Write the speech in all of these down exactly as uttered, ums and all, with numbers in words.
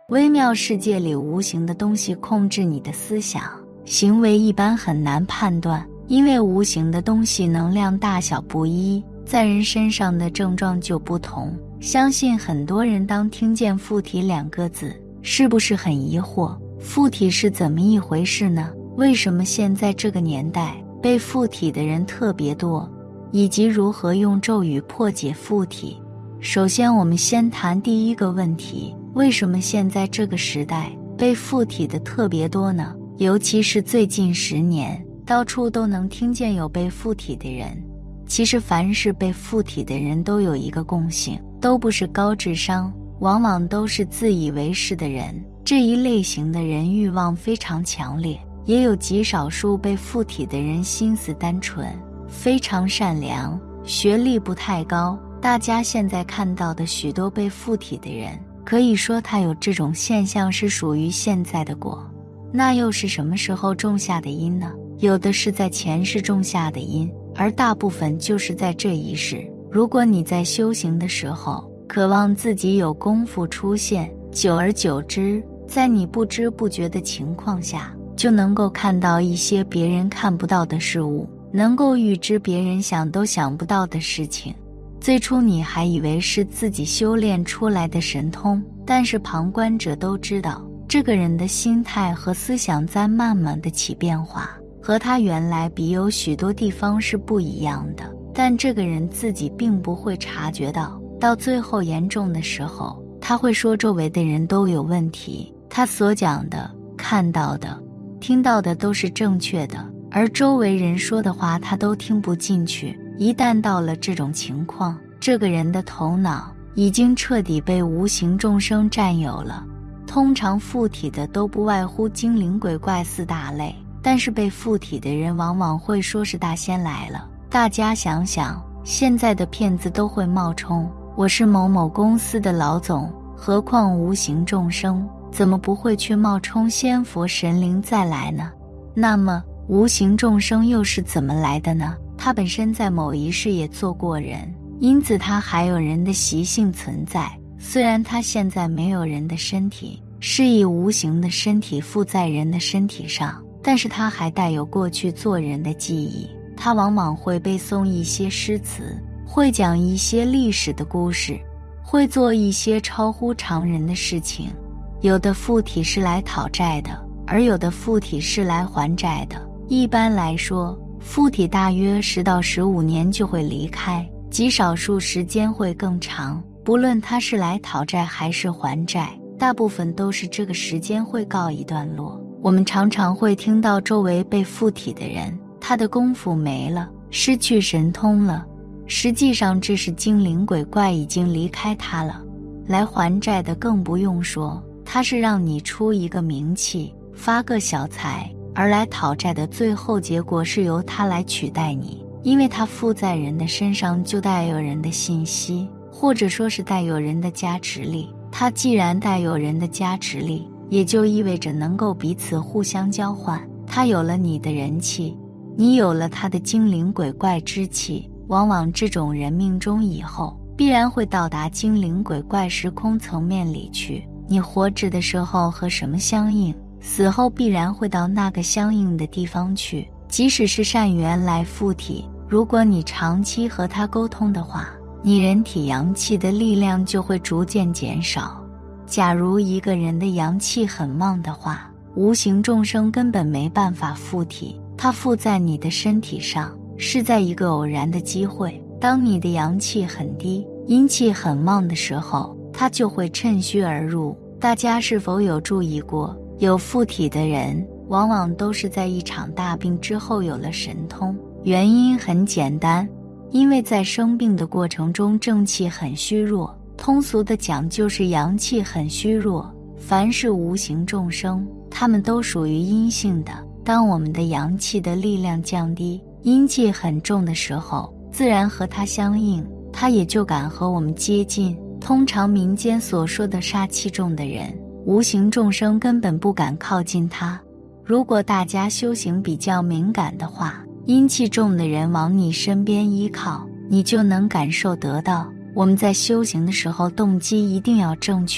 微妙世界里无形的东西控制你的思想行为，一般很难判断，因为无形的东西能量大小不一，在人身上的症状就不同。相信很多人当听见附体两个字，是不是很疑惑？附体是怎么一回事呢？为什么现在这个年代被附体的人特别多？以及如何用咒语破解附体？首先我们先谈第一个问题，为什么现在这个时代被附体的特别多呢？尤其是最近十年，到处都能听见有被附体的人。其实凡是被附体的人都有一个共性，都不是高智商，往往都是自以为是的人。这一类型的人欲望非常强烈，也有极少数被附体的人心思单纯，非常善良，学历不太高。大家现在看到的许多被附体的人，可以说他有这种现象是属于现在的果。那又是什么时候种下的因呢？有的是在前世种下的因，而大部分就是在这一世。如果你在修行的时候渴望自己有功夫出现，久而久之，在你不知不觉的情况下，就能够看到一些别人看不到的事物，能够预知别人想都想不到的事情。最初你还以为是自己修炼出来的神通，但是旁观者都知道，这个人的心态和思想在慢慢的起变化，和他原来比有许多地方是不一样的，但这个人自己并不会察觉到。到最后严重的时候，他会说周围的人都有问题，他所讲的、看到的、听到的都是正确的，而周围人说的话他都听不进去。一旦到了这种情况，这个人的头脑已经彻底被无形众生占有了。通常附体的都不外乎精灵鬼怪四大类，但是被附体的人往往会说是大仙来了。大家想想，现在的骗子都会冒充我是某某公司的老总，何况无形众生怎么不会去冒充仙佛神灵再来呢？那么无形众生又是怎么来的呢？他本身在某一世也做过人，因此他还有人的习性存在。虽然他现在没有人的身体，是以无形的身体附在人的身体上，但是他还带有过去做人的记忆。他往往会背诵一些诗词，会讲一些历史的故事，会做一些超乎常人的事情。有的附体是来讨债的，而有的附体是来还债的。一般来说，附体大约十到十五年就会离开，极少数时间会更长。不论他是来讨债还是还债，大部分都是这个时间会告一段落。我们常常会听到周围被附体的人，他的功夫没了，失去神通了。实际上这是精灵鬼怪已经离开他了。来还债的更不用说，他是让你出一个名气，发个小财。而来讨债的最后结果是由他来取代你，因为他附在人的身上就带有人的信息，或者说是带有人的加持力。他既然带有人的加持力，也就意味着能够彼此互相交换。他有了你的人气，你有了他的精灵鬼怪之气。往往这种人命中以后必然会到达精灵鬼怪时空层面里去。你活着的时候和什么相应，死后必然会到那个相应的地方去。即使是善缘来附体，如果你长期和他沟通的话，你人体阳气的力量就会逐渐减少。假如一个人的阳气很旺的话，无形众生根本没办法附体，他附在你的身体上是在一个偶然的机会。当你的阳气很低，阴气很旺的时候，他就会趁虚而入。大家是否有注意过，有附体的人往往都是在一场大病之后有了神通？原因很简单，因为在生病的过程中正气很虚弱，通俗的讲就是阳气很虚弱。凡是无形众生，他们都属于阴性的。当我们的阳气的力量降低，阴气很重的时候，自然和它相应，它也就敢和我们接近。通常民间所说的杀气重的人，无形众生根本不敢靠近他。如果大家修行比较敏感的话，阴气重的人往你身边依靠，你就能感受得到。我们在修行的时候动机一定要正确，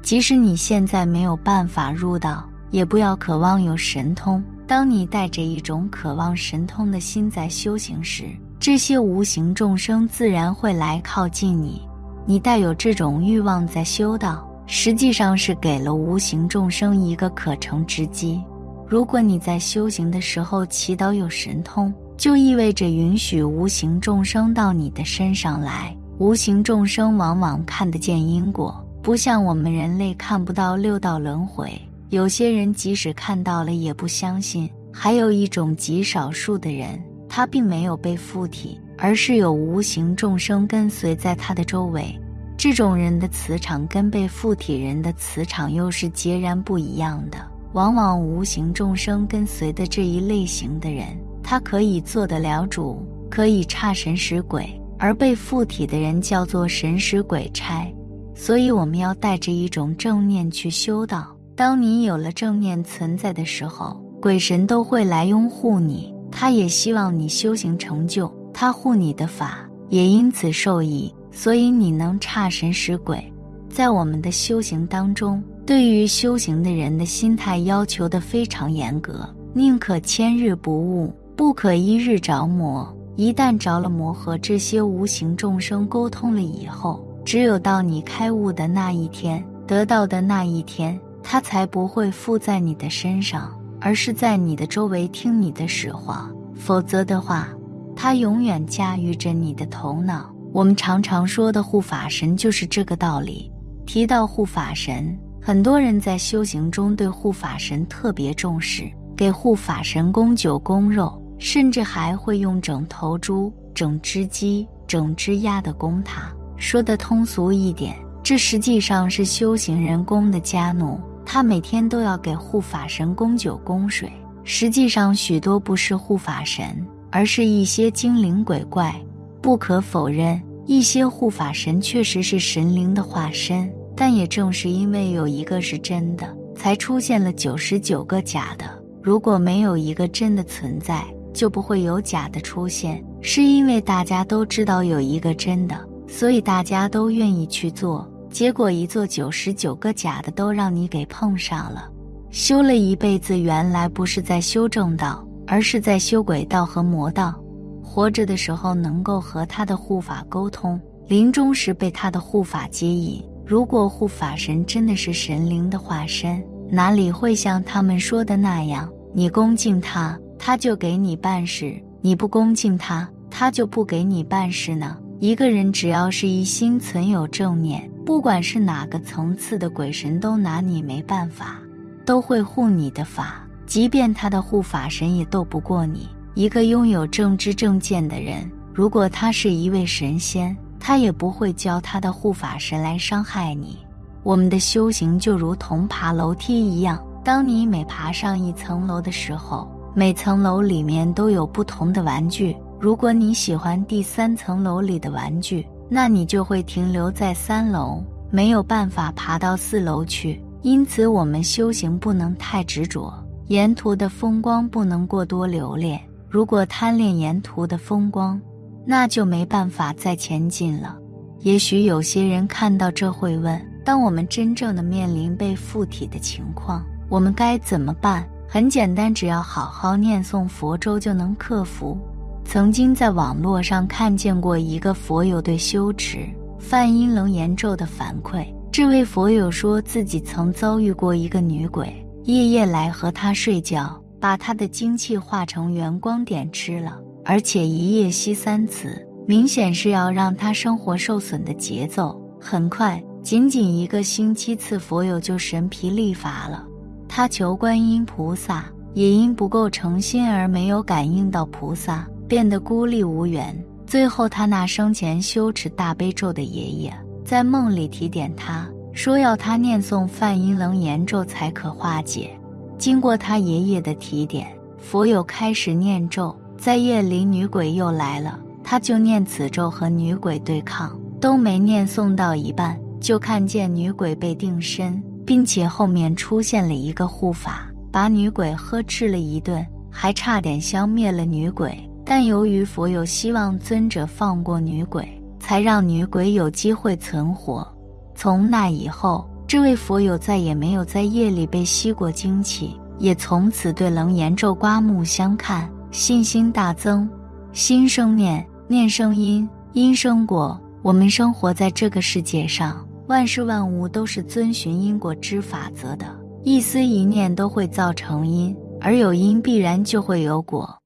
即使你现在没有办法入道，也不要渴望有神通。当你带着一种渴望神通的心在修行时，这些无形众生自然会来靠近你。你带有这种欲望在修道，实际上是给了无形众生一个可乘之机。如果你在修行的时候祈祷有神通，就意味着允许无形众生到你的身上来。无形众生往往看得见因果，不像我们人类看不到六道轮回。有些人即使看到了也不相信。还有一种极少数的人，他并没有被附体，而是有无形众生跟随在他的周围。这种人的磁场跟被附体人的磁场又是截然不一样的。往往无形众生跟随的这一类型的人，他可以做得了主，可以差神使鬼，而被附体的人叫做神使鬼差。所以我们要带着一种正念去修道。当你有了正念存在的时候，鬼神都会来拥护你，他也希望你修行成就，他护你的法也因此受益，所以你能差神使鬼。在我们的修行当中，对于修行的人的心态要求得非常严格，宁可千日不悟，不可一日着魔。一旦着了魔，和这些无形众生沟通了以后，只有到你开悟的那一天，得到的那一天，他才不会附在你的身上，而是在你的周围听你的使唤。否则的话，他永远驾驭着你的头脑。我们常常说的护法神就是这个道理。提到护法神，很多人在修行中对护法神特别重视，给护法神供酒供肉，甚至还会用整头猪、整只鸡、整只鸭的供他。说得通俗一点，这实际上是修行人供的家奴，他每天都要给护法神供酒供水。实际上许多不是护法神，而是一些精灵鬼怪。不可否认，一些护法神确实是神灵的化身，但也正是因为有一个是真的，才出现了九十九个假的。如果没有一个真的存在，就不会有假的出现。是因为大家都知道有一个真的，所以大家都愿意去做，结果一做九十九个假的都让你给碰上了。修了一辈子，原来不是在修正道，而是在修鬼道和魔道。活着的时候能够和他的护法沟通，临终时被他的护法接引。如果护法神真的是神灵的化身，哪里会像他们说的那样，你恭敬他，他就给你办事；你不恭敬他，他就不给你办事呢？一个人只要是一心存有正念，不管是哪个层次的鬼神都拿你没办法，都会护你的法，即便他的护法神也斗不过你。一个拥有正知正见的人，如果他是一位神仙，他也不会叫他的护法神来伤害你。我们的修行就如同爬楼梯一样，当你每爬上一层楼的时候，每层楼里面都有不同的玩具。如果你喜欢第三层楼里的玩具，那你就会停留在三楼，没有办法爬到四楼去。因此我们修行不能太执着，沿途的风光不能过多留恋。如果贪恋沿途的风光，那就没办法再前进了。也许有些人看到这会问，当我们真正的面临被附体的情况，我们该怎么办？很简单，只要好好念诵佛咒就能克服。曾经在网络上看见过一个佛友对修持梵音楞严咒的反馈。这位佛友说自己曾遭遇过一个女鬼，夜夜来和他睡觉，把他的精气化成圆光点吃了，而且一夜吸三次，明显是要让他生活受损的节奏。很快，仅仅一个星期，次佛友就神疲力乏了。他求观音菩萨，也因不够诚心而没有感应到菩萨，变得孤立无援。最后他那生前修持大悲咒的爷爷在梦里提点他，说要他念诵梵音楞严咒才可化解。经过他爷爷的提点，佛友开始念咒，在夜里女鬼又来了，他就念此咒和女鬼对抗，都没念诵到一半，就看见女鬼被定身，并且后面出现了一个护法，把女鬼呵斥了一顿，还差点消灭了女鬼。但由于佛友希望尊者放过女鬼，才让女鬼有机会存活。从那以后， 这位佛友再也没有在夜里被吸过精气，也从此对楞严咒刮目相看，信心大增。心生念，念生因，因生果。我们生活在这个世界上，万事万物都是遵循因果之法则的，一思一念都会造成因，而有因必然就会有果。